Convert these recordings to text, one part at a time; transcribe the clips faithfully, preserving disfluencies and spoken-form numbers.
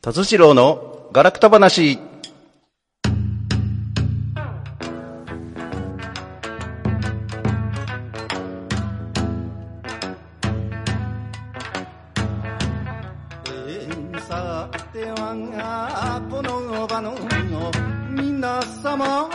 達次郎のガラクタ話。 さてはこの場の皆様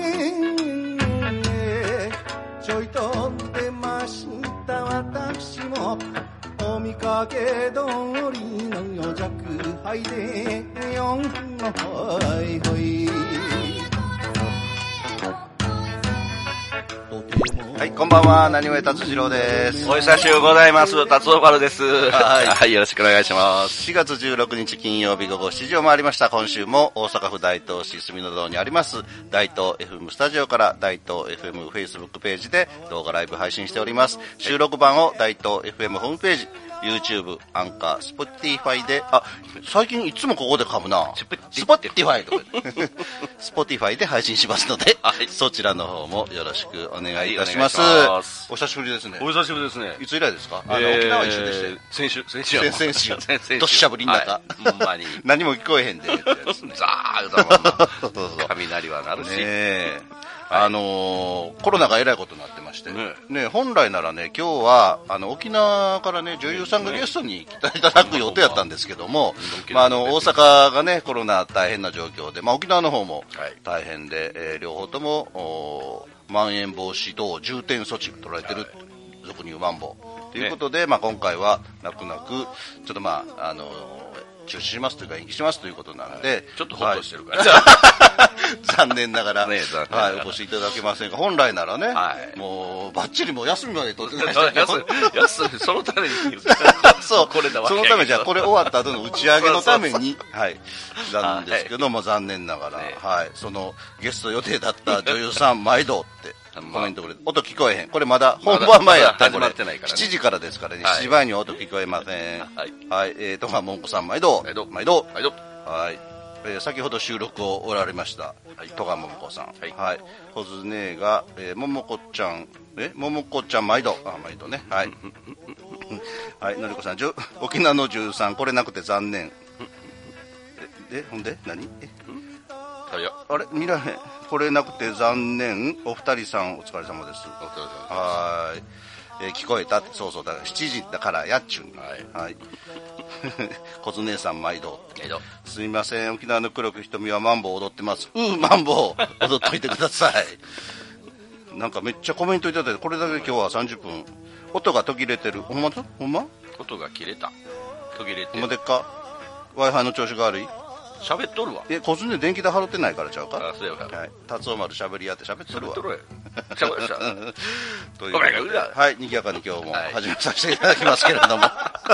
ちょいと出ました私もお見かけ通りの弱敗でよんほいほい。 はい、こんばんは。なにわ達次郎です。 お久しぶりございます。達夫丸です。はい、はい、よろしくお願いします。 しがつじゅうろくにち金曜日午後しちじを回りました。今週も大阪府大東市住の堂にあります大東 エフエム スタジオから大東 エフエム フェイスブックページで動画ライブ配信しております。収録版を大東 エフエム ホームページ、YouTube、アンカー、Spotify で、あ、最近いつもここで噛むな。Spotify とかSpotify で配信しますので、はい、そちらの方もよろしくお願いいたします。はい、お久しぶりですね。 お久しぶりですね。 いつ以来ですか？ あの、 えー、沖縄一緒でして。 先週、先週。 先週。どっしゃぶりん中。 ほんまに。 何も聞こえへんで。ザー、ざまま。雷は鳴るし。ねえ。あのー、コロナがえらいことになってまして、ね、ね、本来ならね、今日は、あの、沖縄からね、女優さんがゲストに来ていただく予定だったんですけども、まあ、あの、大阪がね、コロナ大変な状況で、まあ、沖縄の方も大変で、はい、えー、両方とも、まん延防止等重点措置が取られてる、俗に言うマンボウということで、ね、まあ、今回は、泣く泣く、ちょっとまあ、あのー、中止しますというか延期しますということなので、はい、 ちょっとホッとしてるから、 はい、残念ながら、ね、はい、お越しいただけませんが、本来ならね、はい、もうバッチリもう休みまで取ってましたけど休みそのためにそうこれだわけそのためじゃこれ終わった後の打ち上げのためにはいなんですけども、はい、残念ながら、ね、はい、そのゲスト予定だった女優さん毎度ってコメントくれて、音聞こえへん。これまだ本番前やったらこれ、しちじからですからね、しちじまえに音聞こえません。はい。はい。えーと、まあ、もんこさん毎度。毎度。毎度。毎度。はい。えー、先ほど収録をおられました。はい。戸賀ももこさん。はい。はい。ほずねが、えー、ももこちゃん、えももこちゃん毎度。あ、毎度ね。はい。はい。のりこさん、じゅ沖縄のじゅうさん、これなくて残念。え、で、ほんで何えあれ見らへん。これなくて残念。お二人さんお疲れ様です。お疲れ様です。はい、えー、聞こえたって。そうそうだからしちじだからやっちゅう。はい、はい、小津姉さん毎度。すみません、沖縄の黒く瞳はマンボウ踊ってます。うーマンボウ踊っといてください。なんかめっちゃコメントいただいて、これだけ今日はさんじゅっぷん音が途切れてる。ほんまだほんま音が切れた途切れてる。 ほんまでっか Wi-Fi の調子が悪い。 喋っとるわ。 え、こっちで電気代払ってないからちゃうか。 あ、そうやわ。 はい。達夫丸喋り合って喋ってるわ。 喋っとるわ。喋っとるということで、はい、賑やかに今日も始めさせていただきますけれども。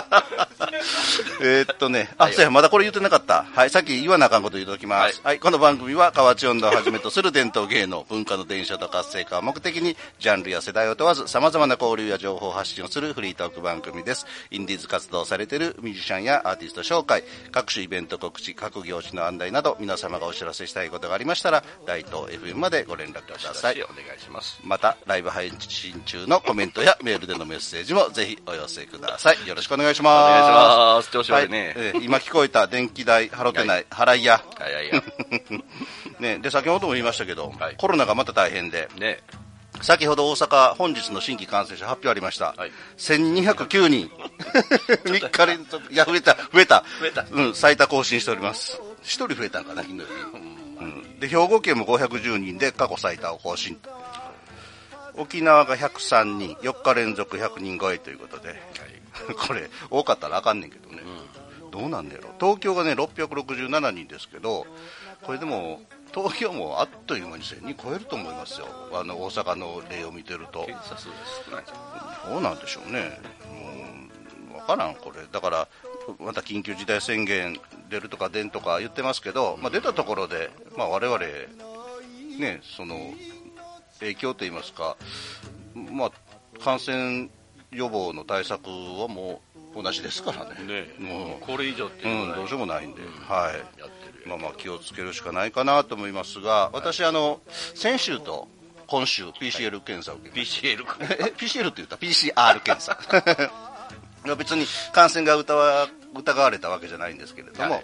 えっとね、あ、そうや、まだこれ言ってなかった。はい、さっき言わなあかんこと言うときます。はい、この番組は河内音頭をはじめとする伝統芸能、文化の伝承と活性化を目的に、ジャンルや世代を問わず、様々な交流や情報発信をするフリートーク番組です。インディーズ活動されているミュージシャンやアーティスト紹介、各種イベント告知、各行事の案内など、皆様がお知らせしたいことがありましたら、大東 エフエム までご連絡ください。 お願いします。 また、ライブ配信中のコメントやメールでのメッセージもぜひお寄せください。よろしくお願いします。 お願いします。調子悪いね。 はい、えー、今聞こえた電気代払ってない、はい、払いや。 はいはいや。 ね、で、先ほども言いましたけど、はい、コロナがまた大変で、 ね、 先ほど大阪本日の新規感染者発表ありました。はい、せんにひゃくきゅうにん。みっか連続、いや、増えた、増えた。 増えた。 うん、最多更新しております。ひとり増えたんかな、昨日より。うん、で、兵庫県もごひゃくじゅうにんで過去最多を更新。沖縄がひゃくさんにん、よっか連続ひゃくにん超えということで、はい、これ、多かったらあかんねんけどね。うん、どうなんだろう。東京がね、ろっぴゃくろくじゅうななにんですけど、これでも、東京もあっという間にせんにん超えると思いますよ。あの、大阪の例を見てると。 検査数が少ない。 どうなんでしょうね。うん、わからん、これ。だから、また緊急事態宣言出るとか出んとか言ってますけど、まあ、出たところで、まあ、我々、ね、その、影響といいますか、まあ、感染予防の対策はもう同じですからね。 ね、もうこれ以上っていうのは、 うん、どうしようもないんで、うん、はい。やってる。まあまあ気をつけるしかないかなと思いますが、私、あの、先週と今週 ピーシーアール 検査を受けました。 ピーシーエルえ ピーシーエル って言った ピーシーアール 検査。別に感染が疑わ、疑われたわけじゃないんですけれども、はい、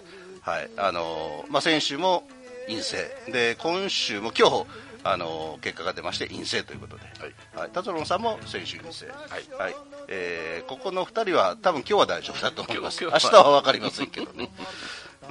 はい、あのまあ、先週も陰性で、今週も今日あの結果が出まして陰性ということで、はいはい、達郎さんも先週陰性、はいはい、えー、ここのふたりは多分今日は大丈夫だと思います。明日は分かりませんけどねうん、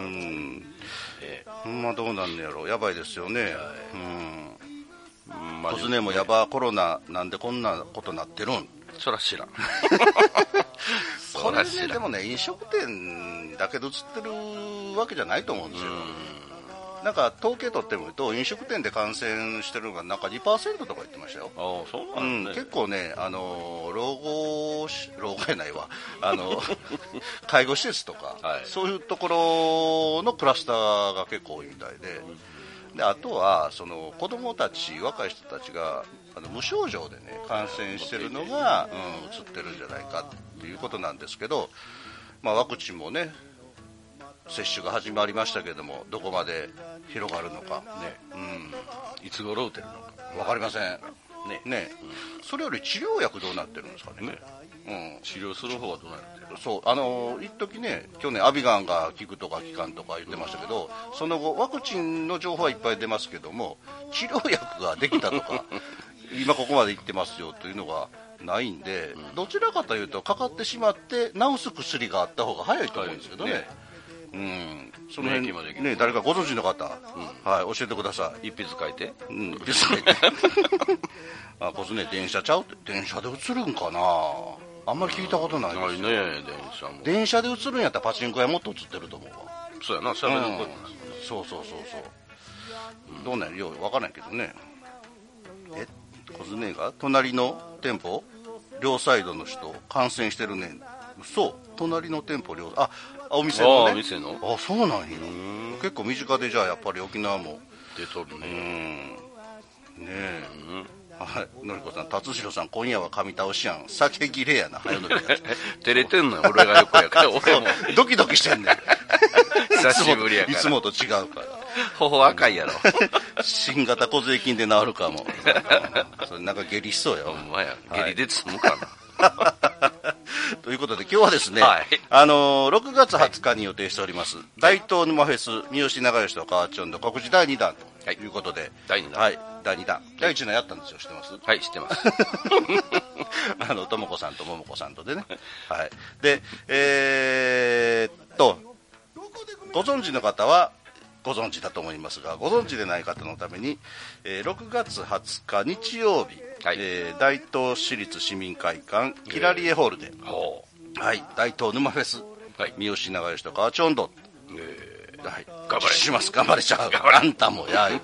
えー、まあどうなんのやろう、やばいですよね、はい、うん、まあ、コズネもやばコロナなんでこんなことなってるん、 そら知らんこれね、でもね、飲食店だけで映ってるわけじゃないと思うんですよ。なんか統計取ってみると飲食店で感染してるのがなんか にパーセント とか言ってましたよ。 ああ、そうなんですね、 うん、結構ね、あの老後老後やないわあの介護施設とか、はい、そういうところのクラスターが結構多いみたいで、であとはその子供たち、若い人たちがあの無症状でね感染してるのが、うん、移ってるんじゃないかっていうことなんですけど、まあ、ワクチンもね接種が始まりましたけれども、どこまで広がるのか、ね、 うん、いつ頃打てるのか分かりませんね、ね、うん、それより治療薬どうなってるんですか ね, ね、 うん、治療する方はどうなってるの？ そう、あの一時ね、去年アビガンが効くとか効かんとか言ってましたけど、その後ワクチンの情報はいっぱい出ますけども、治療薬ができたとか今ここまでいってますよというのがないんで、うん、どちらかというとかかってしまって治す薬があった方が早いと思うんですけどね、ね、うん、その辺にね、誰かご存知の方、うん、はい、教えてください。 一筆書いて、 うん、一筆書いてあ、こそね、電車ちゃうって、電車で映るんかな、あんまり聞いたことないですよ、 ないね、電車も。 電車で映るんやったらパチンコ屋もっと映ってると思うわ。 そうやな、しゃべる声もない、うん、 そうそうそうそう、うん、どうなんやよう分からないけどね。え、コズネが隣の店舗両サイドの人感染してるねん。嘘、隣の店舗両、あ、お店のね、 あ、店の、 あ、そうなんや。結構身近で、じゃあやっぱり沖縄も出とるね。 うん、ねえ、うん、はい、のりこさん、達弘さん、今夜は神倒しやん、酒切れやな、早飲みや照れてんのよ、俺が横やから。俺もドキドキしてんねん久しぶりやから、 いつもと違うから頬赤いやろ新型小税金で治るかもそれなんか下痢しそうや。 ほんまや、下痢で済むかな、 はい、ということで今日はですね、はい、あのー、ろくがつはつかに予定しております、はい、大東沼フェス三好長吉と河内音頭告知だいにだんということで、はい、 だいにだん、 はい、だいにだん、だいいちだんやったんですよ、知ってます？ はい、知ってますあのともこさんとももこさんとでね、はい、でえー、っとご存知の方はご存知だと思いますが、ご存知でない方のために、えー、ろくがつはつか日曜日、はい、えー、大東市立市民会館キラリエホールで、えー、はい、大東沼フェス、はい、三好長吉と河内音頭、えー、はい、頑張れします。頑張れちゃう、あんたもや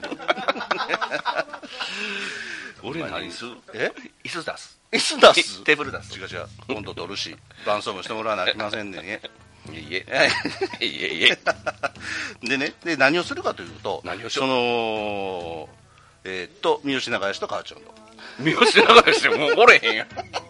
俺何する？ え？ 椅子出す、 椅子出す、 テーブル出す、 違う違う、今度取るし伴奏もしてもらわなきゃいけませんねいえいえいえいえでね、で何をするかというと、 何をしそのえー、っと三好長吉と河内音頭、 三好長吉もうおれへんやん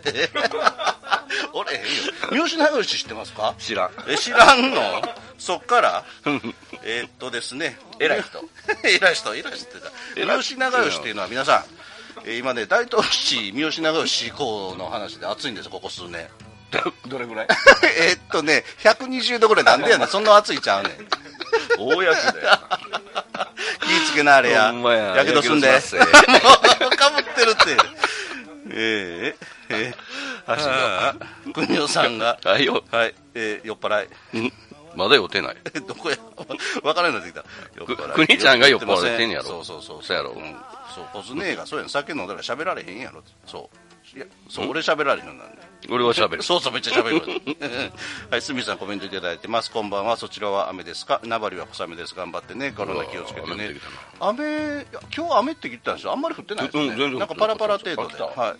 おれへんよ。三好長吉知ってますか？ 知らん。 え、知らんの？そっからえー、っとですね、 偉い人偉い人偉い人って言った三好長吉っていうのは皆さん、えー、今ね大東市三好長吉以降の話で暑いんですよ、ここ数年どれぐらいえっとねひゃくにじゅうどぐらい、なんでやねんそんな暑いちゃうねん大やつだよ気ぃつけなあれや、やけどすんでもうかぶってるってえー、えー、国尾さんがはいよ、 はい、えー、酔っ払い、 んまだ酔ってないどこや分からないなってきた。 国ちゃんが酔っ払ってんやろ。 そうそうそうそうやろ、うん、 そうコズネがそうやん、酒飲んだら喋られへんやろ。そういや、そう、俺喋られへんのなんで。 俺は喋る。 そうそう、めっちゃ喋るはい、すみさんコメントいただいてます。こんばんは、そちらは雨ですか？名張は小雨です。頑張ってね、コロナ気をつけてね。雨、今日雨って言ったんですよ。あんまり降ってないですね、うん、なんかパラパラ程度で、はい、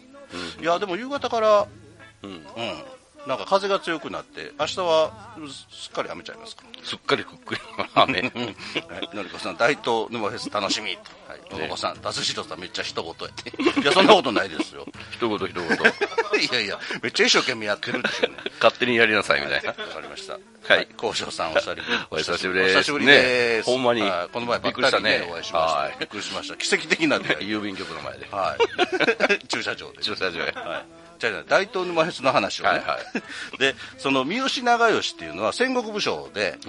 うん、いやでも夕方からうん、うん、なんか風が強くなって、明日はすっかり雨ちゃいますか？ すっかりくっくり雨はい、 のりこさん、大東沼フェス楽しみと、はい、のりこさん、達弘さんめっちゃ一言やっていやそんなことないですよ一言一言いやいや、めっちゃ一生懸命やってるっていうね勝手にやりなさいみたいな。わかりました。 はい、 高翔さんお久しぶりお久しぶりです。 お久しぶりです。 ほんまにこの前ばっかりねお会いしました。びっくりしました。奇跡的な郵便局の前で、 はい、駐車場で駐車場へ、 はい、じゃあ大東沼フェスの話をね、はいはい、でその三好長吉っていうのは戦国武将で、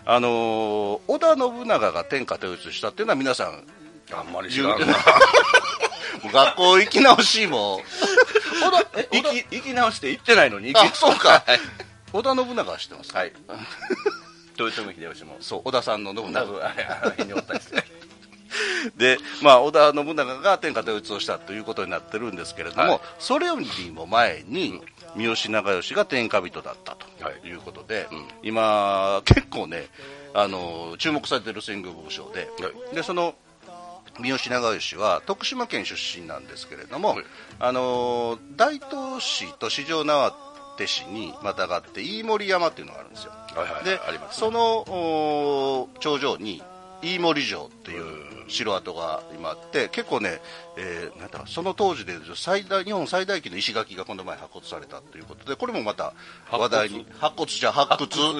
あのー、織田信長が天下統一したっていうのは皆さんあんまり知らんな学校行き直しも行き行き直して行ってないのにあそうか織田信長は知ってます、 はい豊臣秀吉もそう織田さんの信長あれあの辺におったんですねで、まあ、織田信長が天下統一をしたということになってるんですけれども、はい、それよりも前に三好長慶が天下人だったということで、はいうん、今結構ねあの注目されている戦国武将で、はい、でその三好長慶は徳島県出身なんですけれども、はい、あの大東市と四条畷市にまたがって飯盛山っていうのがあるんですよ、 はいはい、 で、ね、その頂上に飯盛城っていう城跡が今あって結構ね、えー、なんだろうその当時で最大日本最大級の石垣がこの前発掘されたということでこれもまた話題に発掘じゃ発掘上げ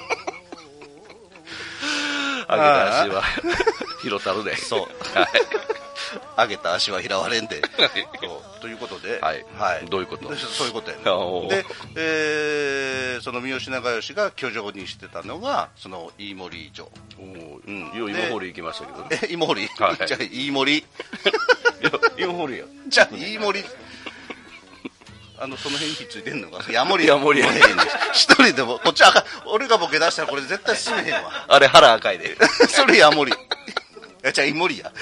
た足は拾たるでそう上げた足は拾われんでということで、 はいはい、どういうことそういうことやねで、えー、その三好長慶が居城にしてたのがその飯盛城うん、よう芋掘り行きましたけどねえ芋掘り、はい、じゃあ飯盛芋掘りやじゃあ飯盛あのその辺にひっついてんのがヤモリヤモリやね一人でもこっち赤俺がボケ出したらこれ絶対進めへんわあれ腹赤いでそれヤモリじゃあイモリや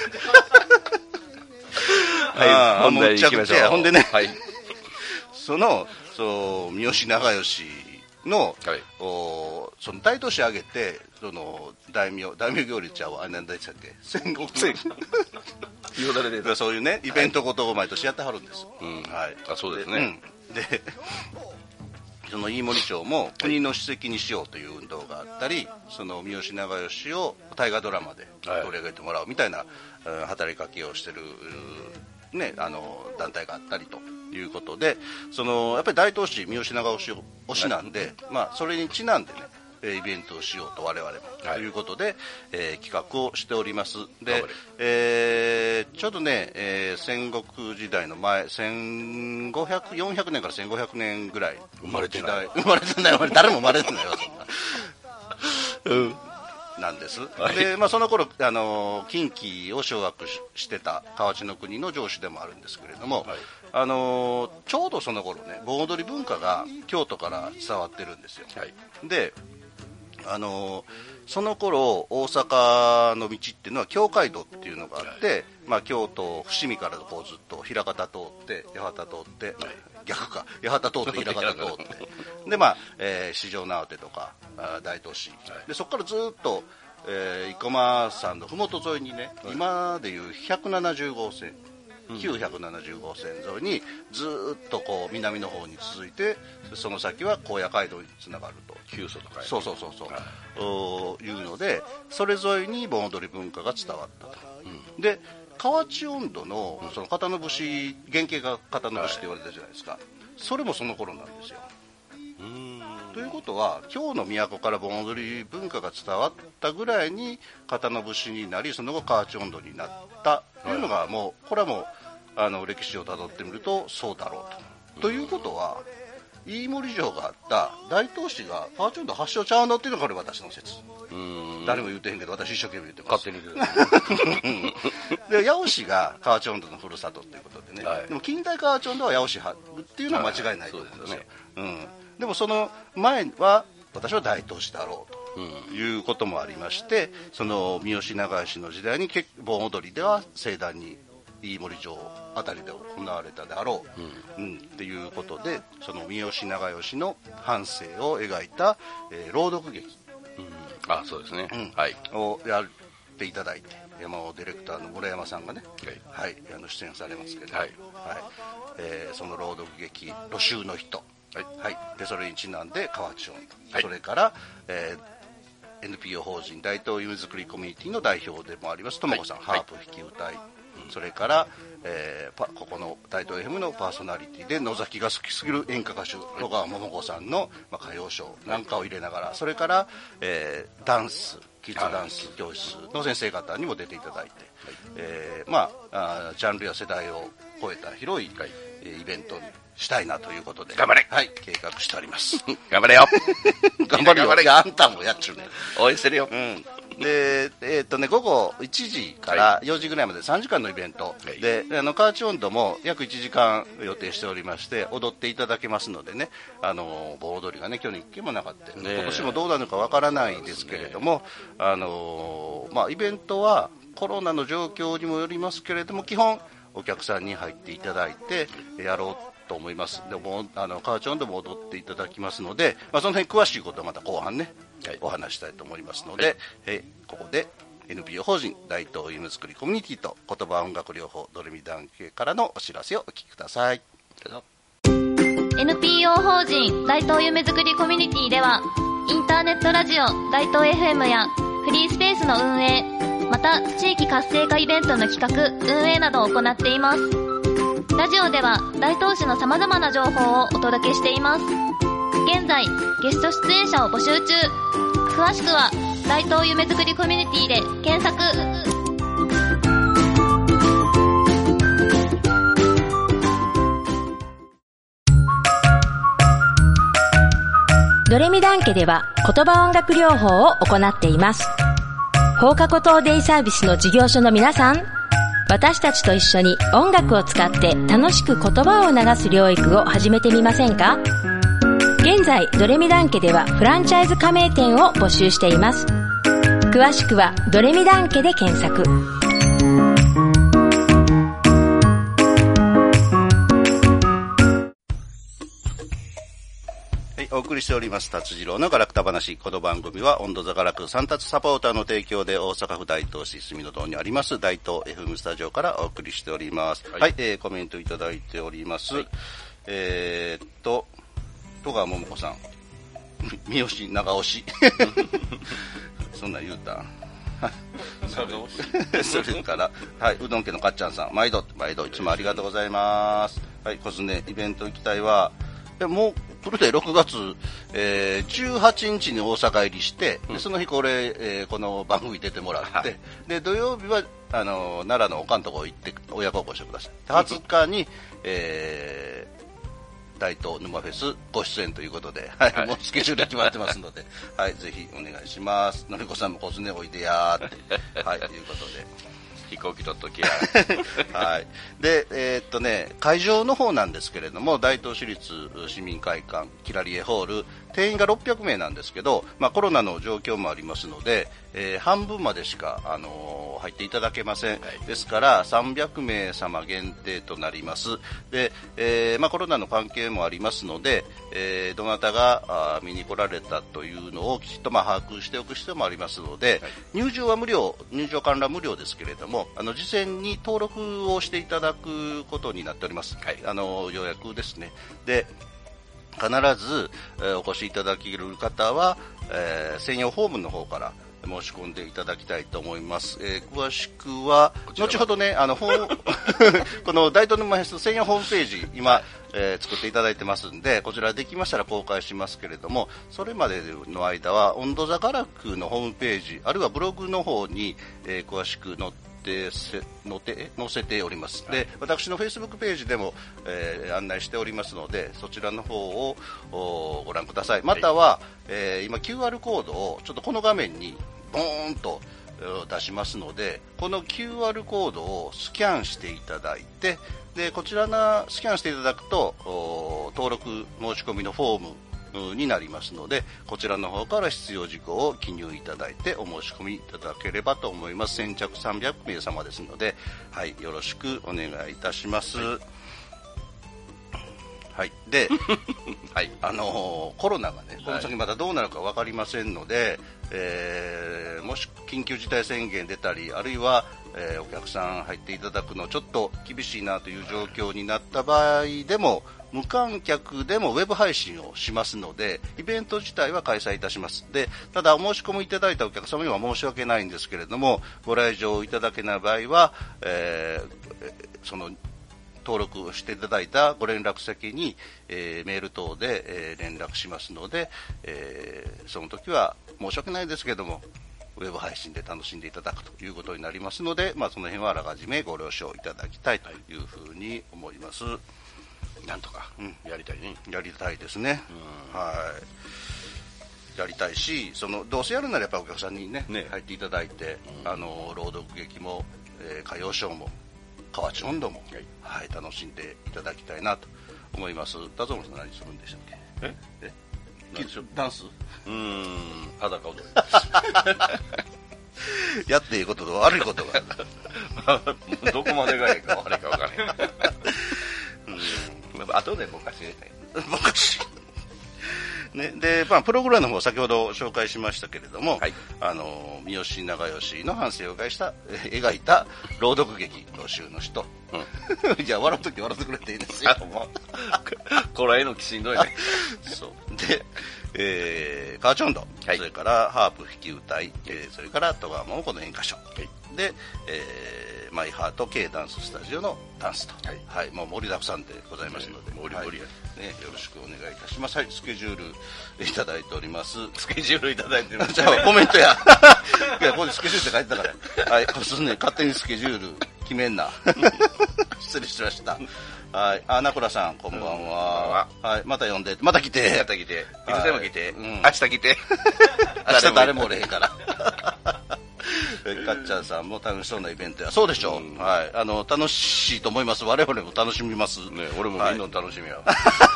はい本題行きましょうほんでね、 はい、 そのそう三好長慶の、はい、おその大都市上げてその大名大名行列はあれ何でしたっけ戦国戦そういうねイベントごとを毎年やってはるんです、 はいうんはい、 あそうですねで、うん、でその飯盛町も国の史跡にしようという運動があったりその三好長慶を大河ドラマで取り上げてもらうみたいな、はい、働きかけをしてるね、あの団体があったりということでそのやっぱり大東市三好長慶推しなんで、はいまあ、それにちなんでねイベントをしようと我々も、はい、ということで、えー、企画をしておりますで、えー、ちょうどね、えー、戦国時代の前せんごひゃく、よんひゃくねんからせんごひゃくねんぐらい生まれてない生まれてない誰も生まれてないよそんな、うんなんです、はいでまあ、その頃あの近畿を掌握 し, してた河内の国の城主でもあるんですけれども、はいあのちょうどその頃ね盆踊り文化が京都から伝わってるんですよ、はい、であのその頃大阪の道っていうのは京街道っていうのがあって、はいまあ、京都伏見からこうずっと枚方通って八幡通って、はい、逆か八幡通って枚方通ってでまあ、えー、四条畷とか大東市、はい、でそこからずっと、えー、生駒山のふもと沿いにね、はい、今でいうひゃくななじゅうごうせんきゅうひゃくななじゅうごうせん沿いにずっとこう南の方に続いてその先は高野街道につながると旧祖とかそうそうそうそう、はい、いうのでそれ沿いに盆踊り文化が伝わったと、うん、で河内音頭 の, その刀節原型が刀節って言われたじゃないですか、はい、それもその頃なんですようーんということは京の都から盆踊り文化が伝わったぐらいに刀節になりその後河内音頭になったというのがもうこれはもうあの歴史をたどってみるとそうだろうと。ということは飯盛城があった大東市が河内音頭発祥ちゃうのっていうのがこれ私の説。うーん誰も言ってへんけど私一生懸命言ってます。 勝手に言ってで八尾市が河内音頭のふるさとということでね、はい、でも近代河内音頭は八尾市っていうのは間違いないと思うんですよ、はいそうですねうん、でもその前は私は大東市だろうということもありまして、その三好長慶の時代に盆踊りでは盛大に飯盛城あたりで行われたであろう、うんうん、っていうことでその三好長慶の半生を描いた、えー、朗読劇、 うん、あそうですね、うんはい、をやっていただいて山尾ディレクターの村山さんがね、はいはい、あの出演されますけど、はいはいえー、その朗読劇「露州の人」はいはい、でそれにちなんで河内音、はい、それから、えー、エヌピーオー 法人大東夢づくりコミュニティの代表でもありますともこさん、はい、ハープ弾き歌い、はい、それから、えー、ここの大東 エフエム のパーソナリティで野崎が好きすぎる演歌歌手戸川桃子さんの、まあ、歌謡ショーなんかを入れながらそれから、えー、ダンスキッズダンス教室の先生方にも出ていただいて、はいえーまあ、あジャンルや世代を超えた広い、はい、イベントにしたいなということで。 頑張れ。 はい、計画しております。 頑張れよ。 頑張れよ。いや、あんたもやっちゅうね。 応援してるよ。 うん。で、えー、っとね、午後いちじからよじぐらいまでさんじかんのイベント、はい、で、あの河内音頭も約いちじかん予定しておりまして、踊っていただけますのでね、あの盆踊りがね去年いっけんもなかった、ね、今年もどうなるかわからないですけれども、ね、あのまあイベントはコロナの状況にもよりますけれども、基本お客さんに入っていただいてやろうと思います。でもあの河内音頭も踊っていただきますので、まあ、その辺詳しいことはまた後半ね、はい、お話したいと思いますので、はい、えここで エヌピーオー 法人大東夢作りコミュニティと言葉音楽療法ドレミ団系からのお知らせをお聞きください。どうぞ。 エヌピーオー 法人大東夢作りコミュニティではインターネットラジオ大東 エフエム やフリースペースの運営、また地域活性化イベントの企画運営などを行っています。ラジオでは大東市のさまざまな情報をお届けしています。現在ゲスト出演者を募集中。詳しくは大東夢作りコミュニティで検索。 ドレミダン家では言葉音楽療法を行っています。放課後等デイサービスの事業所の皆さん、私たちと一緒に音楽を使って楽しく言葉を流す療育を始めてみませんか？現在ドレミダン家ではフランチャイズ加盟店を募集しています。詳しくはドレミダン家で検索。 お送りしております達次郎のガラクタ話。この番組は温度座ガラク三達サポーターの提供で大阪府大東市住の堂にあります大東 エフエム スタジオからお送りしております。はい、はい、えー、コメントいただいております。はい、えー、っと戸川桃子さん、三好長押しそんなん言うたんそれから、はい、うどん家のかっちゃんさん、毎度毎度いつもありがとうございます。はい、コスネイベント行きたいはもう来るでろくがつ、えー、じゅうはちにちに大阪入りして、でその日これ、えー、この番組出てもらって、はい、で土曜日はあの奈良のおかんとこ行って親孝行してください。はつかに、えー、大東沼フェスご出演ということで、はいはい、もうスケジュール決まってますので、はい、ぜひお願いします。のりこさんもコスネおいでやーって、はい、ということで。 飛行機取っときやはい。で、えー、っとね、会場の方なんですけれども、大東市立市民会館キラリエホール、定員がろっぴゃくめいなんですけど、まあ、コロナの状況もありますので、えー、半分までしか、あのー、入っていただけません。はい、ですからさんびゃくめいさま限定となります。で、えーまあ、コロナの関係もありますので、えー、どなたがあ見に来られたというのをきちっとまあ把握しておく必要もありますので、はい、入場は無料、入場観覧無料ですけれども、あの事前に登録をしていただくことになっております。はい、あの予約ですね。で必ず、えー、お越しいただける方は、えー、専用フォームの方から申し込んでいただきたいと思います。えー、詳しくは後ほどね、あのこの大東沼フェス専用ホームページ今、えー、作っていただいてますんで、こちらできましたら公開しますけれども、それまでの間は温度座ガラクのホームページあるいはブログの方に、えー、詳しく載って載て載せております。で、私のフェイスブックページでも、えー、案内しておりますので、そちらの方をご覧ください。または、はい、えー、今 キューアール コードをちょっとこの画面にボーンと出しますので、この キューアール コードをスキャンしていただいて、でこちらのスキャンしていただくと登録申し込みのフォームになりますので、こちらの方から必要事項を記入いただいてお申し込みいただければと思います。先着さんびゃくめいさまですので、はい、よろしくお願いいたします。はいはい、で、はい、あのー、コロナがね、この先まだどうなるか分かりませんので、はい、えー、もし緊急事態宣言出たり、あるいは、えー、お客さん入っていただくのちょっと厳しいなという状況になった場合でも、無観客でもウェブ配信をしますので、イベント自体は開催いたします。で、ただお申し込みいただいたお客様には申し訳ないんですけれども、ご来場いただけない場合は、えー、その登録していただいたご連絡先に、えー、メール等で、えー、連絡しますので、えー、その時は申し訳ないですけれども、ウェブ配信で楽しんでいただくということになりますので、まあ、その辺はあらかじめご了承いただきたいというふうに思います。 なんとか、うん、やりたいね。 やりたいですね。はい。やりたいし、そのどうせやるならやっぱお客さんにね、ね入っていただいて、うん、あの朗読劇も、えー、歌謡ショーも河内音頭も、はいはい、楽しんでいただきたいなと思います。ダゾーンさん何するんでしたっけ？え？え？ダンス？ うーん、裸踊り。 やっていいことと悪いことがどこまでがいいか悪いか分からない。うん、後でぼかし入れたい。 ぼかし。ね、で、まあ、プログラムの方先ほど紹介しましたけれども、はい、あの三好長慶の半生を描いた描いた朗読劇の週の人、うん、じゃあ笑うとき笑ってくれていいですよ。 これへのきしんどいね。 そうで、えー、カーチョンド、はい、それからハープ弾き歌い、えー、それから戸川桃子の演歌賞、はい、で、えー、マイハート系ダンススタジオのダンスと、はいはい、もう盛りだくさんでございますので、 盛り盛りや、 はいね、よろしくお願いいたします。はい、スケジュールいただいております。 スケジュールいただいてる。 じゃあコメントや。いやここでスケジュールって書いてたから。はい、こすね勝手にスケジュール決めんな。失礼しました。はい、あ、名倉さんこんばんは。うん、はい、また呼んで、また来て。 また来て。いつでも来て。 うん、 明日来て。 明日誰もおれへんから。かっちゃんさんも楽しそうなイベントや。そうでしょう。うん、はい、あの楽しいと思います。我々も楽しみます。 ね、俺もみんな楽しみや。ね、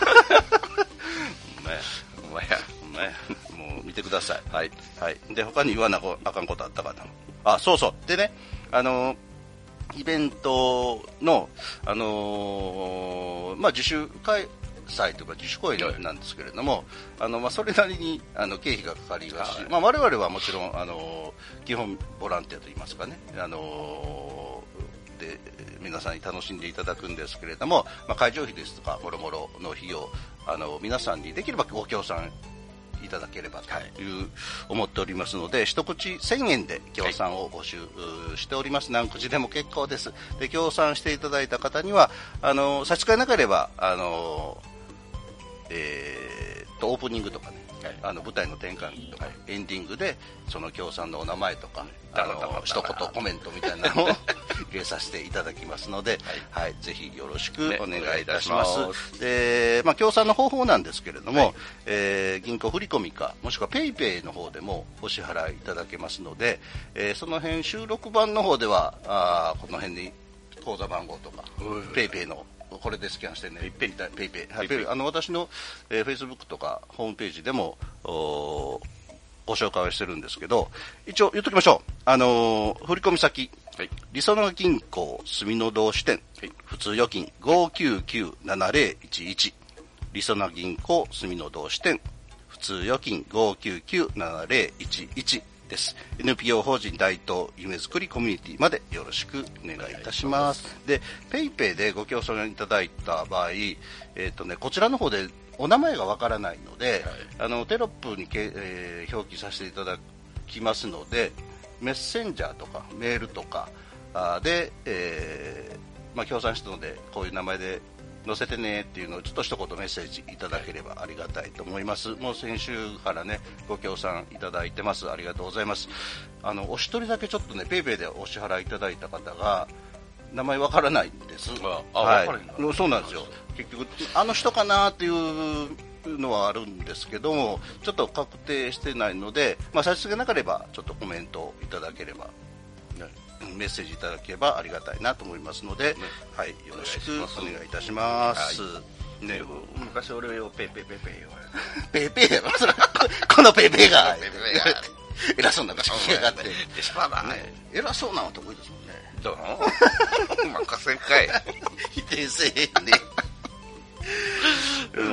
お前や、お前もう見てください。はい、はい。で他に言わなあかんことあったかな。あ、そうそう。でね、あのイベントのあのー、まあ自主開催というか自主公演なんですけれども、あのまあそれなりにあの経費がかかりますし、はい、まあ我々はもちろんあの基本ボランティアといいますかね、あのー、で皆さんに楽しんでいただくんですけれども、まあ会場費ですとかもろもろの費用、あの皆さんにできればご協賛いただければという、はい、思っておりますので、一口せんえんで協賛を募集しております。何口でも結構です。で協賛していただいた方にはあの差し支えなければあの、えー、とオープニングとかね、はい、あの舞台の転換とか、はい、エンディングでその協賛のお名前とか、あの一言コメントみたいなのを入れさせていただきますので、はいはい、ぜひよろしくお願いいたします。ね、ますで、まあ、協賛の方法なんですけれども、はい、えー、銀行振込かもしくはペイペイの方でもお支払いいただけますので、えー、その辺収録版の方ではあこの辺に口座番号とかペイペイのこれでスキャンしてね、ペイペイ、ペイペイ、はい、ペイペイ、あの私の、えー、Facebook とかホームページでもご紹介をしてるんですけど、一応言っときましょう。あのー、振込先、はい、りそな銀行住の堂支店、はい、普通預金 ごきゅうきゅうななぜろいちいち、りそな銀行住の堂支店、普通預金 ごきゅうきゅうななぜろいちいちです。 エヌピーオー 法人大東夢づくりコミュニティまでよろしくお願いいたします。で、ペイペイでご協賛いただいた場合、えーとね、こちらの方でお名前がわからないので、はい、あのテロップにけ、えー、表記させていただきますので、メッセンジャーとかメールとかで、えーまあ、協賛したのでこういう名前で載せてねっていうのをちょっと一言メッセージいただければありがたいと思います。もう先週からねご協賛いただいてます。ありがとうございます。あのお一人だけちょっとねペイペイでお支払いいただいた方が名前わからないんです。 ああ、はい、分からない。 そうなんですよ。結局あの人かなっていうのはあるんですけども、ちょっと確定してないので、まあ、差し支えなければちょっとコメントいただければ、メッセージいただければありがたいなと思いますので、ね、はい、よろしくお願いいたします。はい、ね、 昔俺をペイペイペイペイよ。 ペイペイやろ、それこのペイペイが偉そうな口聞きやがって。ね、偉そうなの得意ですもんね。 どう任せんかい。 否定せえへんね。うん、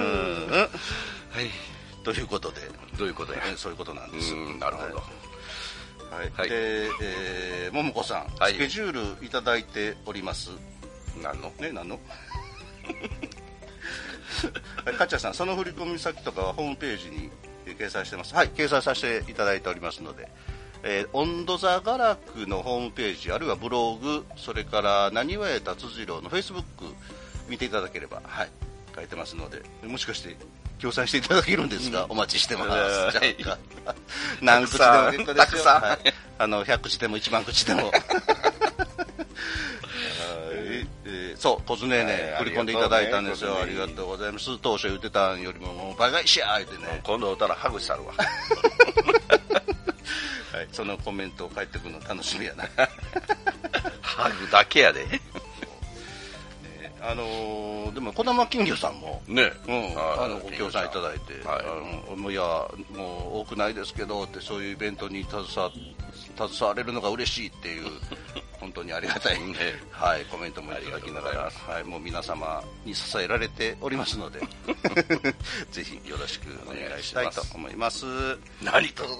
はい。ということで、 どういうことや、 そういうことなんです。 なるほど。 はいはい、で、えー、ももこさん、はい、スケジュールいただいております。 何のね、何のはい、かっちゃんさん、その振込先とかはホームページに掲載してます。はい、掲載させていただいておりますので、えー、温度座画楽のホームページ、あるいはブログ、それからなにわえ達次郎のフェイスブック見ていただければ、はい、書いてますので、もしかして協賛していただけるんですが、うん、お待ちしてます。じゃあ何口でも結構ですよ。はい、あのひゃく口でもいちまん口でも。えー、 そう小常ね振り込んでいただいたんですよ。ありがとうございます。当初言ってたんよりももう倍返しやーってね。 今度会ったらハグしたるわ。 はい、そのコメントを返ってくるの楽しみやな。 ハグだけやで。ね、 あのー、でも児玉金魚さんもね、 うん、あのご協賛いただいて、はい、あのもういやもう多くないですけどってそういうイベントに携わ携われるのが嬉しいっていう本当にありがたい、ね、はい、コメントもいただきながら、はい、もう皆様に支えられておりますのでぜひよろしくお願いしたいと思います。 何と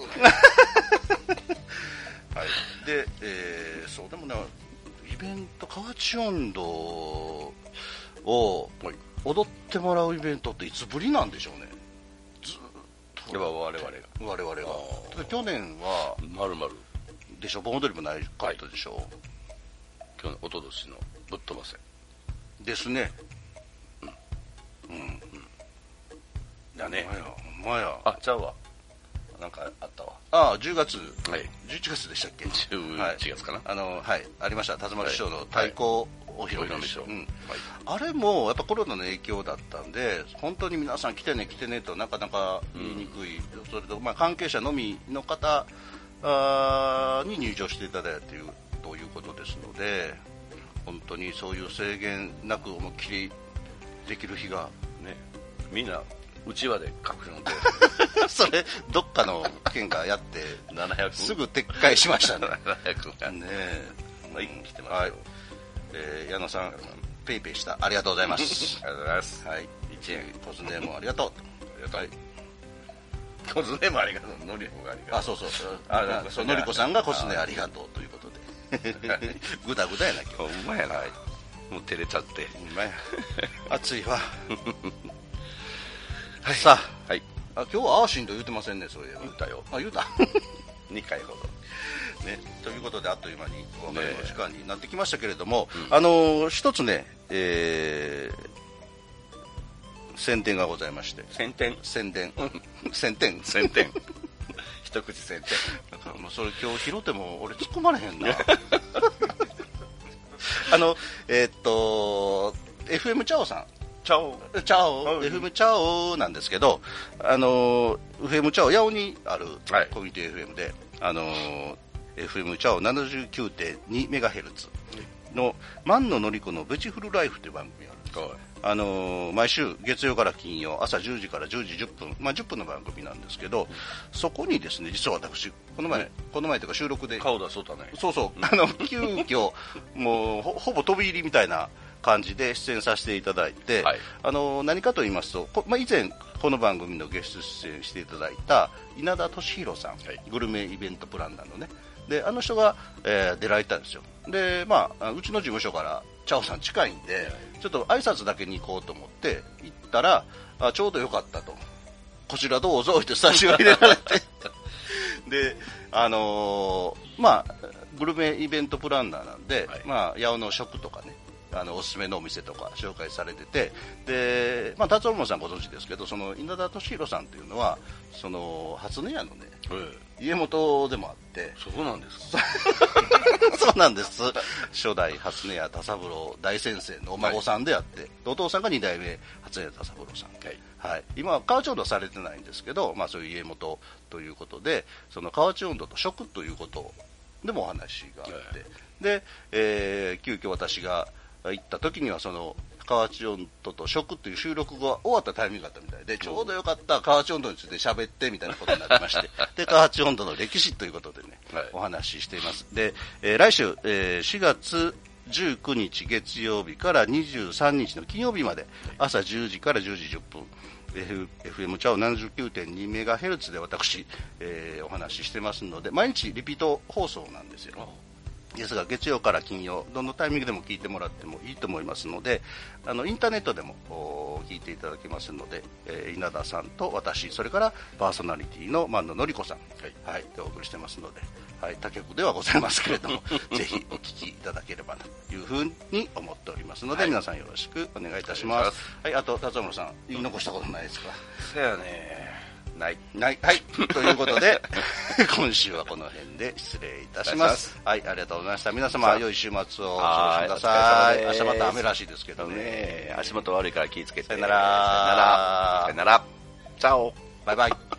はい、で、えー、そうでもねイベント河内音頭を踊ってもらうイベントっていつぶりなんでしょうね。ずっと我々が我々が去年はまるまるでしょ、盆踊りもないかったでしょ、はい、 去年おととしのぶっ飛ばせですね。 うんうんうんだね。 ほんまやあちゃうわなんかあったわ。 ああじゅうがつ、 はい、 じゅういちがつでしたっけ。 じゅういちがつかな、 はい、あのはいありました辰丸師匠の太鼓お披露目でしょ、 はいはい、うんはい、あれもやっぱコロナの影響だったんで本当に皆さん来てね来てねとなかなか言いにくい、うん、それと、まあ、関係者のみの方あに入場していただいているということですので本当にそういう制限なく思いっきりできる日がねみんなうちわで隠すのでそれどっかの県がやってななひゃくすぐ撤回しましたね。 ななひゃくねえ、 はい、来てますよ、 はい、えー、矢野さんペイペイしたありがとうございますありがとうございます。 はい、いちえんコズネもありがとう。 ありがとう、はい、コズネもありがとう、のりこがありがとう。 あ、そうそうあなんかそうのりこさんがコズネありがとうということでぐだぐだやな今日。 ほんまやな、はい、もう照れちゃってほんまや暑いわはい、さあ、はい、あ今日はアーシンと言うてませんね。そういえば言ったよ。 あ言うたにかいほどね、ということであっという間にお別れの時間になってきましたけれども、ね、あのー、一つね、えー、宣伝がございまして。 宣伝宣伝宣伝宣伝一口宣伝だからもうそれ今日拾っても俺突っ込まれへんなあのえー、っと エフエム チャオさんチャオチャオ エフエム チャオなんですけど、あの エフエム チャオ八尾にあるコミュニティ エフエム で、はい、あの エフエム チャオ ななじゅうきゅうてんにメガヘルツ の万野のり子のベチフルライフという番組があるんです、はい、あの毎週月曜から金曜朝じゅうじからじゅうじじゅっぷん、まあ、じゅっぷんの番組なんですけど、そこにですね実は私この前、うん、この前というか収録で顔出そうだね。 そうそう、あの急遽もう ほ, ほぼ飛び入りみたいな感じで出演させていただいて、はい、あの何かと言いますと、まあ、以前この番組のゲスト出演していただいた稲田俊弘さん、はい、グルメイベントプランナーのね、であの人が、えー、出られたんですよ。で、まあ、うちの事務所からチャオさん近いんで、はい、ちょっと挨拶だけに行こうと思って行ったら、あちょうどよかったと、こちらどうぞってスタジオ入れられてで、あのー、まあグルメイベントプランナーなんで、はい、まあ、八尾の食とかね、あのおすすめのお店とか紹介されてて、で、まあ、達夫さんご存知ですけど、その稲田俊弘さんというのはその初音屋のね、えー、家元でもあって。 そうなんですかそうなんです。初代初音屋田三郎大先生のお孫さんであって、はい、お父さんがに代目初音屋田三郎さん、はいはい、今は河内音頭はされてないんですけど、まあ、そういう家元ということで、その河内音頭と食ということでもお話があって、はい、で、えー、急遽私が行った時にはその河内音頭と食という収録が終わったタイミングがあったみたいで、ちょうどよかった河内音頭について喋ってみたいなことになりましてで河内音頭の歴史ということでね、はい、お話ししています。で、えー、来週、えー、しがつじゅうくにち月曜日からにじゅうさんにちの金曜日まで朝じゅうじからじゅうじじゅっぷん エフエム チャオ ななじゅうきゅうてんにメガヘルツ で私、えー、お話ししてますので、毎日リピート放送なんですよ。ですが月曜から金曜どのタイミングでも聞いてもらってもいいと思いますので、あのインターネットでも聞いていただけますので、えー、稲田さんと私、それからパーソナリティの万野のり子さん、はいはい、でお送りしてますので、はい、他局ではございますけれどもぜひお聞きいただければというふうに思っておりますので、はい、皆さんよろしくお願いいたします。はい、あと達夫さん言い残したことないですか？ そうやね、 ない。 ない。はい。ということで、今週はこの辺で失礼いたします。はい、ありがとうございました。皆様、良い週末をお過ごしください。明日また雨らしいですけどね。 足元悪いから気をつけて。 さよなら。 さよなら。さよなら。チャオ。 バイバイ。